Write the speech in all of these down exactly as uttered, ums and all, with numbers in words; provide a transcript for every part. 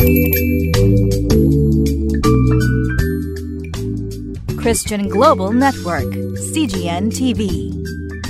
Christian Global Network, シージーエヌ ティーブイ。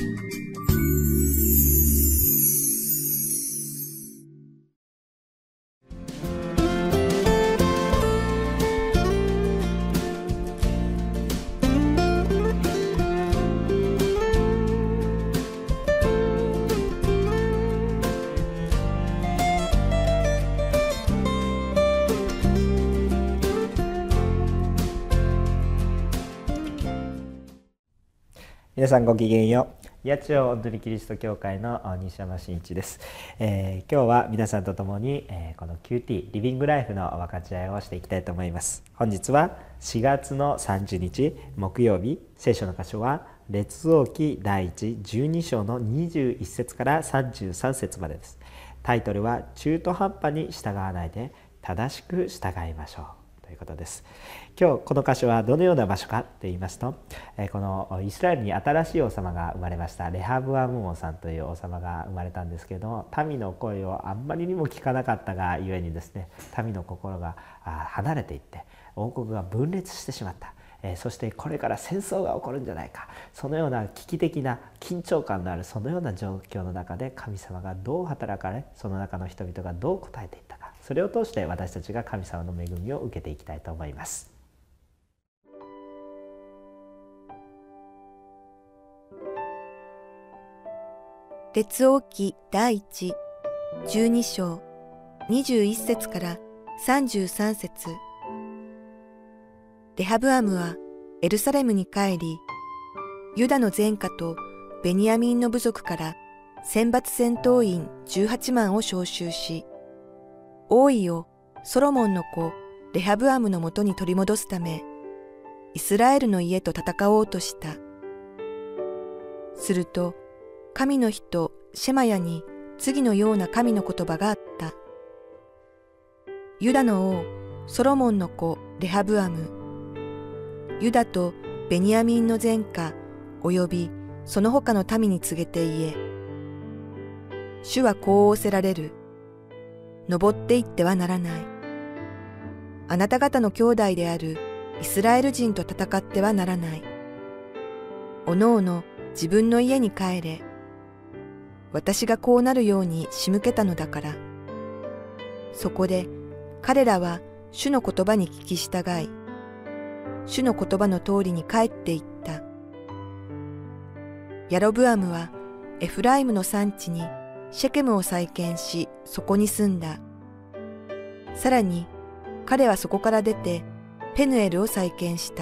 皆さんごきげんよう。八千代おんどりキリスト教会の西山真一です。えー、今日は皆さんと共に、えー、この キューティー リビングライフの分かち合いをしていきたいと思います。本日はしがつのさんじゅうにち木曜日、聖書の箇所は列王記第一じゅうにしょうのにじゅういっせつからさんじゅうさんせつまでです。タイトルは中途半端に従わないで正しく従いましょうということです。今日この箇所はどのような場所かと言いますと、このイスラエルに新しい王様が生まれました。レハブアム王さんという王様が生まれたんですけれども、民の声をあんまりにも聞かなかったがゆえにですね、民の心が離れていって王国が分裂してしまった。そしてこれから戦争が起こるんじゃないか、そのような危機的な緊張感のあるそのような状況の中で神様がどう働かれ、その中の人々がどう答えていったか、それを通して私たちが神様の恵みを受けていきたいと思います。 列王記第一じゅうにしょうにじゅういっせつからさんじゅうさんせつ。レハブアムはエルサレムに帰り、ユダの全家とベニヤミンの部族から選抜戦闘員じゅうはちまんを招集し、王位をソロモンの子レハブアムのもとに取り戻すため、イスラエルの家と戦おうとした。すると、神の人シェマヤに次のような神の言葉があった。ユダの王ソロモンの子レハブアム、ユダとベニヤミンの全家およびその他の民に告げて言え。主はこう仰せられる。登っていってはならない。あなた方の兄弟であるイスラエル人と戦ってはならない。おのおの自分の家に帰れ。私がこうなるように仕向けたのだから。そこで彼らは主の言葉に聞き従い、主の言葉の通りに帰っていった。ヤロブアムはエフライムの山地にシェケムを再建し、そこに住んだ。さらに彼はそこから出てペヌエルを再建した。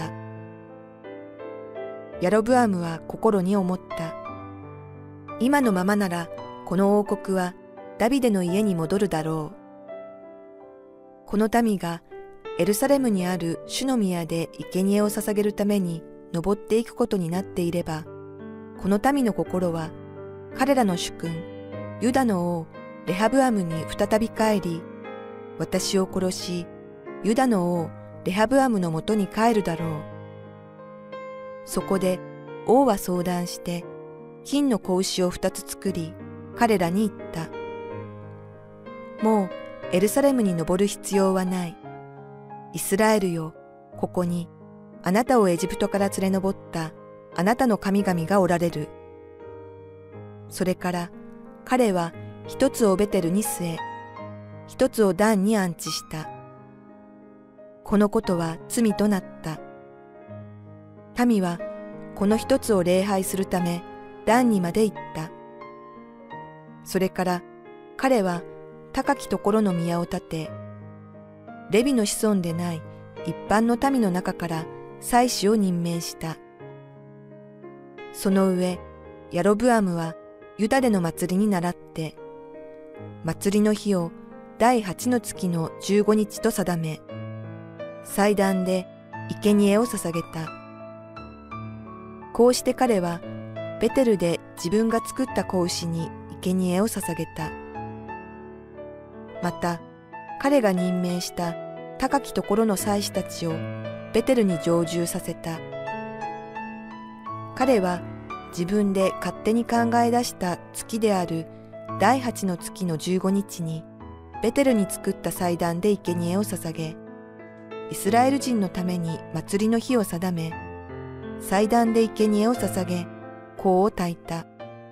ヤロブアムは心に思った。今のままならこの王国はダビデの家に戻るだろう。この民がエルサレムにある主の宮で生贄を捧げるために登っていくことになっていれば、この民の心は彼らの主君ユダの王レハブアムに再び帰り、私を殺しユダの王レハブアムのもとに帰るだろう。そこで王は相談して金の子牛を二つ作り、彼らに言った。もうエルサレムに登る必要はない。イスラエルよ、ここにあなたをエジプトから連れ上ったあなたの神々がおられる。それから彼は一つをベテルに据え、一つをダンに安置した。このことは罪となった。民はこの一つを礼拝するためダンにまで行った。それから彼は高きところの宮を建て、レビの子孫でない一般の民の中から祭司を任命した。その上、ヤロブアムはユダでの祭りに倣って、祭りの日を第八の月の十五日と定め、祭壇で生贄を捧げた。こうして彼はベテルで自分が作った子牛に生贄を捧げた。また彼が任命した高きところの祭司たちをベテルに常住させた。彼は自分で勝手に考え出した月である第八の月の十五日にベテルに作った祭壇で生贄を捧げ、イスラエル人のために祭りの日を定め、祭壇で生贄を捧げ、香を焚いた。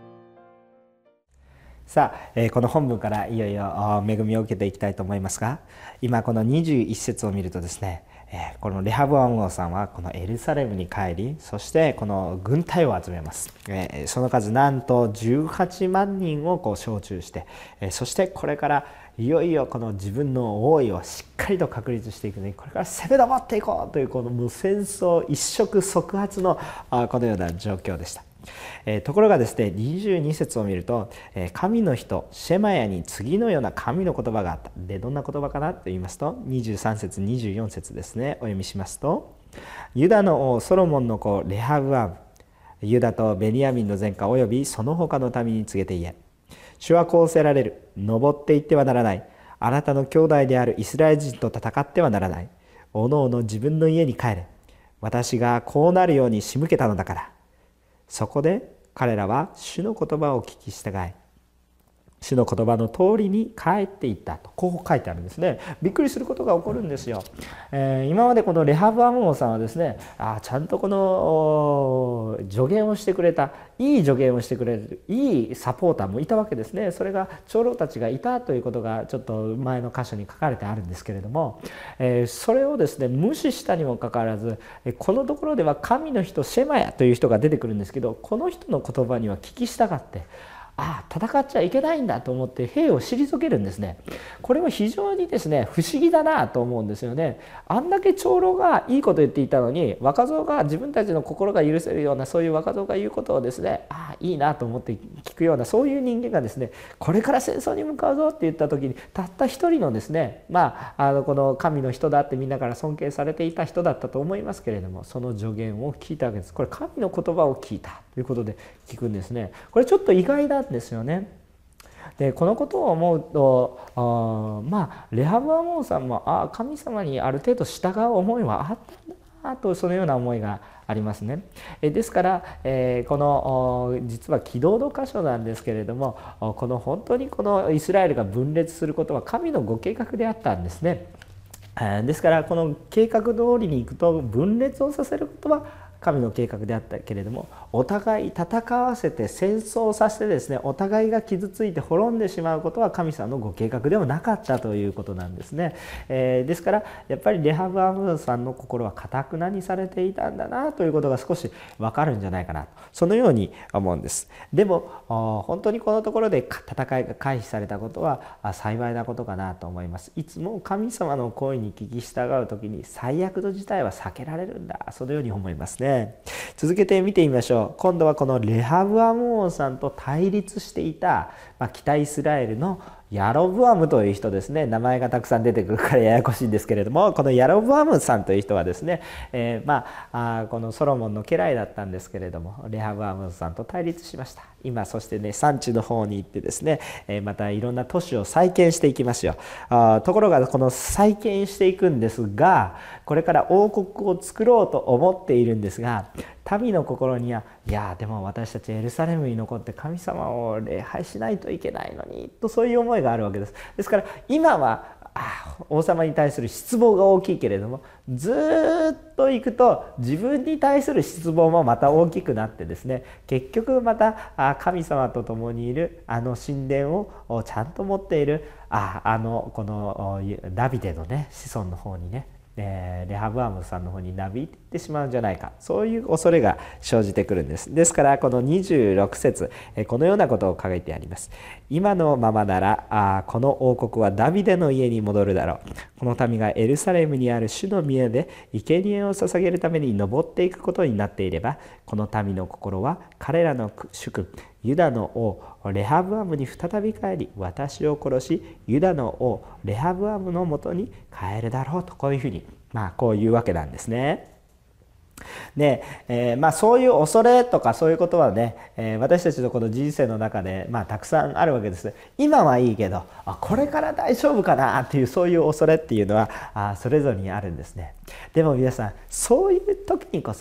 さあ、えー、この本文からいよいよ恵みを受けていきたいと思いますが、今このにじゅういち節を見るとですね、えー、このレハブアム王さんはこのエルサレムに帰り、そしてこの軍隊を集めます。えー、その数なんとじゅうはちまんにんをこう招集して、えー、そしてこれからいよいよこの自分の王位をしっかりと確立していくのに、これから攻め上っていこうというこのもう戦争一触即発のあこのような状況でした。えー、ところがですね、にじゅうに節を見ると、えー、神の人シェマヤに次のような神の言葉があった。でどんな言葉かなと言いますと、にじゅうさん節にじゅうよん節ですね、お読みしますと、ユダの王ソロモンの子レハブアム、ユダとベニヤミンの前科およびその他の民に告げて言え、主はこうせられる。登っていってはならない。あなたの兄弟であるイスラエル人と戦ってはならない。おのおの自分の家に帰れ。私がこうなるように仕向けたのだから。そこで彼らは主の言葉を聞き従い、主の言葉の通りに帰っていったと、こう書いてあるんですね。びっくりすることが起こるんですよ。えー、今までこのレハブアム王さんはですね、あちゃんとこの助言をしてくれた、いい助言をしてくれるいいサポーターもいたわけですね。それが長老たちがいたということがちょっと前の箇所に書かれてあるんですけれども、えー、それをですね無視したにもかかわらず、このところでは神の人シェマヤという人が出てくるんですけど、この人の言葉には聞き従って、ああ戦っちゃいけないんだと思って兵を退けるんですね。これは非常にですね不思議だなと思うんですよね。あんだけ長老がいいこと言っていたのに、若造が自分たちの心が許せるようなそういう若造が言うことをですね、ああいいなと思って聞くようなそういう人間がですね、これから戦争に向かうぞって言った時に、たった一人のですね、まああのこの神の人だってみんなから尊敬されていた人だったと思いますけれども、その助言を聞いたわけです。これ神の言葉を聞いたということで聞くんですね。これちょっと意外なんですよね。でこのことを思うと、あまあレハブアム王さんもあ神様にある程度従う思いはあったんだなと、そのような思いがありますね。えですから、えー、この実は祈祷の箇所なんですけれども、この本当にこのイスラエルが分裂することは神のご計画であったんですね。ですからこの計画通りにいくと分裂をさせることは神の計画であったけれども、お互い戦わせて戦争させてですね、お互いが傷ついて滅んでしまうことは神様のご計画ではなかったということなんですね。えー、ですからやっぱりレハブアムさんの心は堅くなにされていたんだなということが少し分かるんじゃないかなと、そのように思うんです。でも本当にこのところで戦いが回避されたことは幸いなことかなと思います。いつも神様の声に聞き従う時に最悪の事態は避けられるんだ、そのように思いますね。続けて見てみましょう。今度はこのレハブアム王さんと対立していた、まあ、北イスラエルのヤロブアムという人ですね。名前がたくさん出てくるからややこしいんですけれども、このヤロブアムさんという人はですね、えー、まあ、あこのソロモンの家来だったんですけれども、レハブアムさんと対立しました。今そしてね産地の方に行ってですね、えー、またいろんな都市を再建していきますよ。あところがこの再建していくんですが、これから王国を作ろうと思っているんですが、民の心には、いやでも私たちエルサレムに残って神様を礼拝しないといけないのにと、そういう思いがあるわけです。ですから今はあ王様に対する失望が大きいけれども、ずっといくと自分に対する失望もまた大きくなってですね、結局また神様と共にいるあの神殿をちゃんと持っているああのこのダビデのね子孫の方にね、レハブアムさんの方になびいていってしまうんじゃないか、そういう恐れが生じてくるんです。ですからこのにじゅうろく節、このようなことを書いてあります。今のままならあこの王国はダビデの家に戻るだろう。この民がエルサレムにある主の宮で生贄を捧げるために登っていくことになっていれば、この民の心は彼らの主君ユダの王レハブアムに再び帰り、私を殺しユダの王レハブアムのもとに帰るだろうと、こういうふうにまあこういうわけなんですね。で、えーまあ、そういう恐れとかそういうことはね、えー、私たちのこの人生の中で、まあ、たくさんあるわけです。今はいいけどあこれから大丈夫かなっていうそういう恐れっていうのはあそれぞれにあるんですね。でも皆さんそういう時にこそ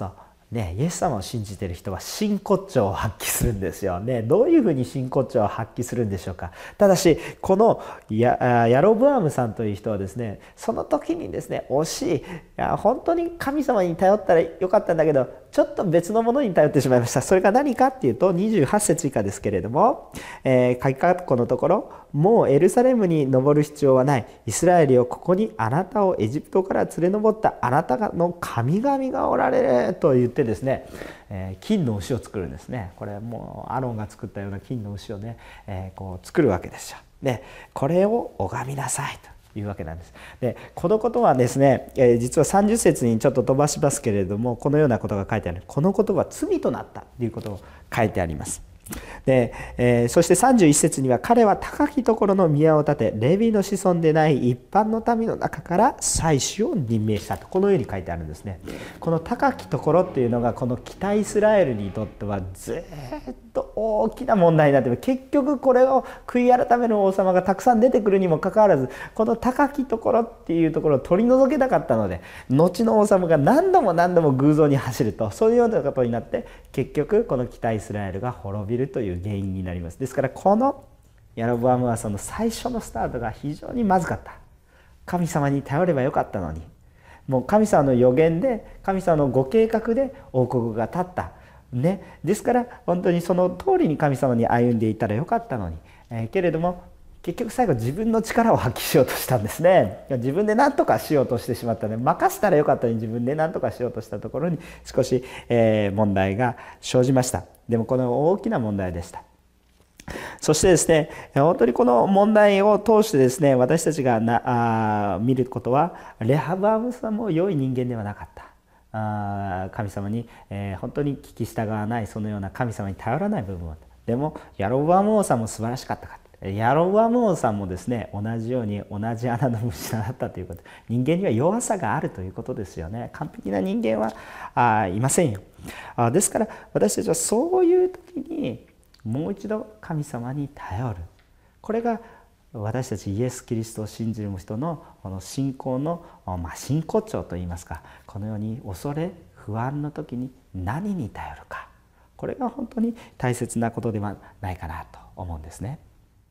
ね、イエス様を信じている人は真骨頂を発揮するんですよね。どういうふうに真骨頂を発揮するんでしょうか。ただしこの ヤ, ヤロブアムさんという人はですね、その時にですね、惜しい、いや本当に神様に頼ったらよかったんだけど、ちょっと別のものに頼ってしまいました。それが何かっていうとにじゅうはち節以下ですけれども、えー、鍵括弧のところ、もうエルサレムに登る必要はない。イスラエルよ、ここにあなたをエジプトから連れ上ったあなたの神々がおられると言ってですね、えー、金の牛を作るんですね。これもうアロンが作ったような金の牛をね、えー、こう作るわけですよ。でこれを拝みなさいというわけなんです。でこのことはですね、えー、実はさんじゅっ節にちょっと飛ばしますけれども、このようなことが書いてある。このことは罪となったということを書いてあります。で、えー、そしてさんじゅういち節には、彼は高きところの宮を建て、レビの子孫でない一般の民の中から祭司を任命したと、このように書いてあるんですね。この高きところっていうのが、この北イスラエルにとってはずっと大きな問題になっている。結局これを悔い改める王様がたくさん出てくるにもかかわらず、この高きところっていうところを取り除けなかったので、後の王様が何度も何度も偶像に走ると、そういうようなことになって、結局この北イスラエルが滅びるという原因になります。ですからこのヤロボアムはその最初のスタートが非常にまずかった。神様に頼ればよかったのに、もう神様の予言で、神様のご計画で王国が立ったね。ですから本当にその通りに神様に歩んでいたらよかったのに、えー、けれども結局最後自分の力を発揮しようとしたんですね。自分で何とかしようとしてしまったので、任せたらよかったのに自分で何とかしようとしたところに少し、えー、問題が生じました。でもこの大きな問題でした。そしてですね、本当にこの問題を通してですね、私たちがなあ見ることは、レハブアムさんも良い人間ではなかった。あ神様に、えー、本当に聞き従わない、そのような神様に頼らない部分はあった。でもヤロブアム王さんも素晴らしかったか。ヤロブアム王さんもですね、同じように同じ穴の虫だったということ。人間には弱さがあるということですよね。完璧な人間はあいませんよ。あですから私たちはそういう時にもう一度神様に頼る。これが私たちイエス・キリストを信じる人のこの信仰の、まあ、真骨頂といいますか、このように恐れ不安の時に何に頼るか、これが本当に大切なことではないかなと思うんですね。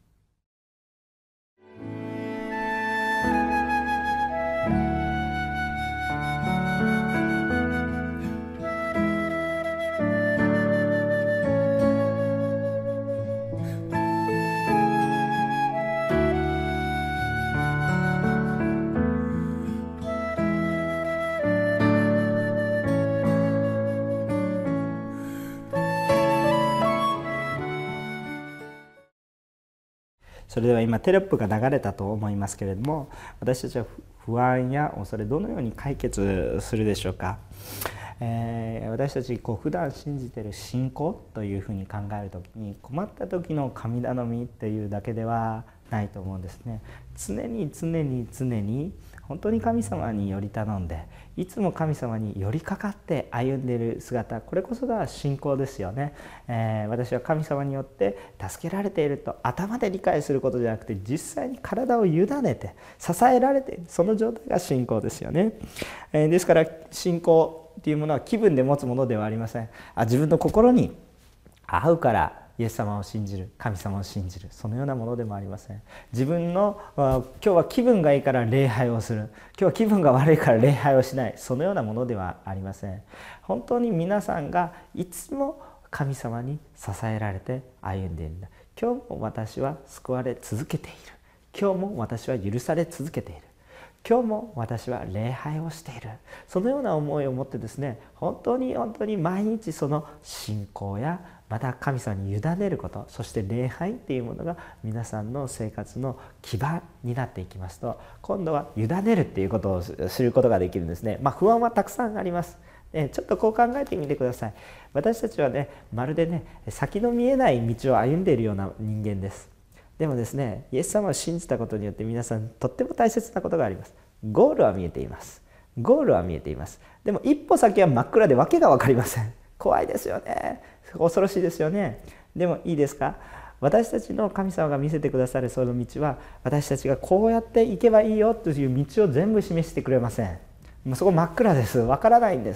それでは今テロップが流れたと思いますけれども、私たちは不安や恐れどのように解決するでしょうか。えー、私たちこう普段信じている信仰というふうに考えるときに、困った時の神頼みというだけではないと思うんですね。常に常に常に本当に神様により頼んで、いつも神様に寄りかかって歩んでいる姿、これこそが信仰ですよね。えー、私は神様によって助けられていると頭で理解することじゃなくて、実際に体を委ねて支えられている、その状態が信仰ですよね。えー、ですから信仰というものは気分で持つものではありません。あ自分の心に合うからイエス様を信じる、神様を信じる、そのようなものでもありません。自分の今日は気分がいいから礼拝をする、今日は気分が悪いから礼拝をしない、そのようなものではありません。本当に皆さんがいつも神様に支えられて歩んでいるんだ。今日も私は救われ続けている、今日も私は許され続けている、今日も私は礼拝をしている、そのような思いを持ってですね、本当に本当に毎日その信仰やまた神様に委ねること、そして礼拝っていうものが皆さんの生活の基盤になっていきますと、今度は委ねるっていうことを知ることができるんですね。まあ不安はたくさんあります。ちょっとこう考えてみてください。私たちはね、まるでね、先の見えない道を歩んでいるような人間です。でもですね、イエス様を信じたことによって皆さんとっても大切なことがあります。ゴールは見えています。ゴールは見えています。でも一歩先は真っ暗で訳が分かりません。怖いですよね。恐ろしいですよね。でもいいですか、私たちの神様が見せてくださるその道は、私たちがこうやって行けばいいよという道を全部示してくれません。もうそこ真っ暗です。分からないんです。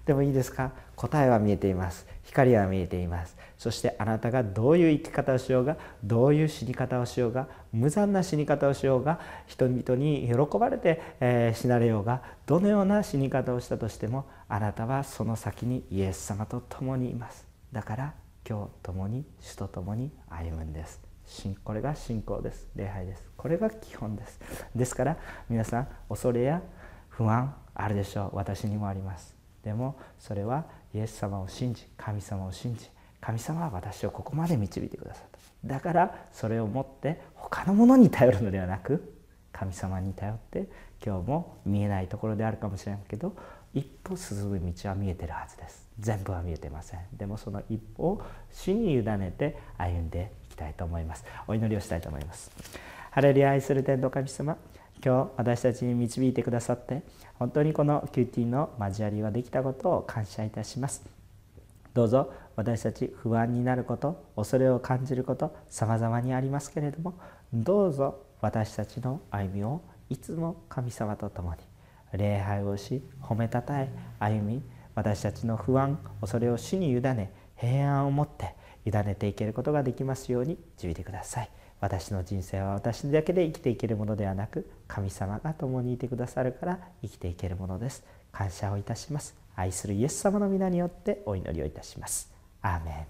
でもいいですか、答えは見えています。光は見えています。そしてあなたがどういう生き方をしようが、どういう死に方をしようが、無残な死に方をしようが、人々に喜ばれて、えー、死なれようが、どのような死に方をしたとしても、あなたはその先にイエス様と共にいます。だから今日共に主と共に歩むんです。これが信仰です。礼拝です。これが基本です。ですから皆さん、恐れや不安あるでしょう。私にもあります。でもそれはイエス様を信じ、神様を信じ、神様は私をここまで導いてくださった。だからそれを持って他のものに頼るのではなく、神様に頼って、今日も見えないところであるかもしれないけど、一歩進む道は見えてるはずです。全部は見えてません。でもその一歩を主に委ねて歩んでいきたいと思います。お祈りをしたいと思います。ハレルヤ、愛する天の神様、今日私たちに導いてくださって、本当にこの キューティー の交わりができたことを感謝いたします。どうぞ私たち不安になること、恐れを感じること様々にありますけれども、どうぞ私たちの歩みをいつも神様と共に礼拝をし、褒めたたえ歩み、私たちの不安、恐れを主に委ね、平安を持って委ねていけることができますように導いてください。私の人生は私だけで生きていけるものではなく、神様が共にいてくださるから生きていけるものです。感謝をいたします。愛するイエス様の皆によってお祈りをいたします。アーメン。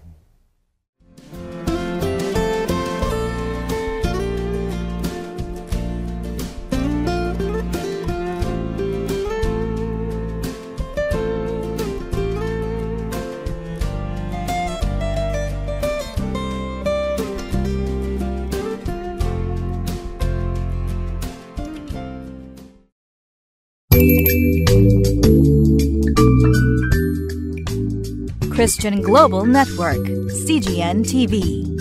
Christian Global Network, シージーエヌ ティーブイ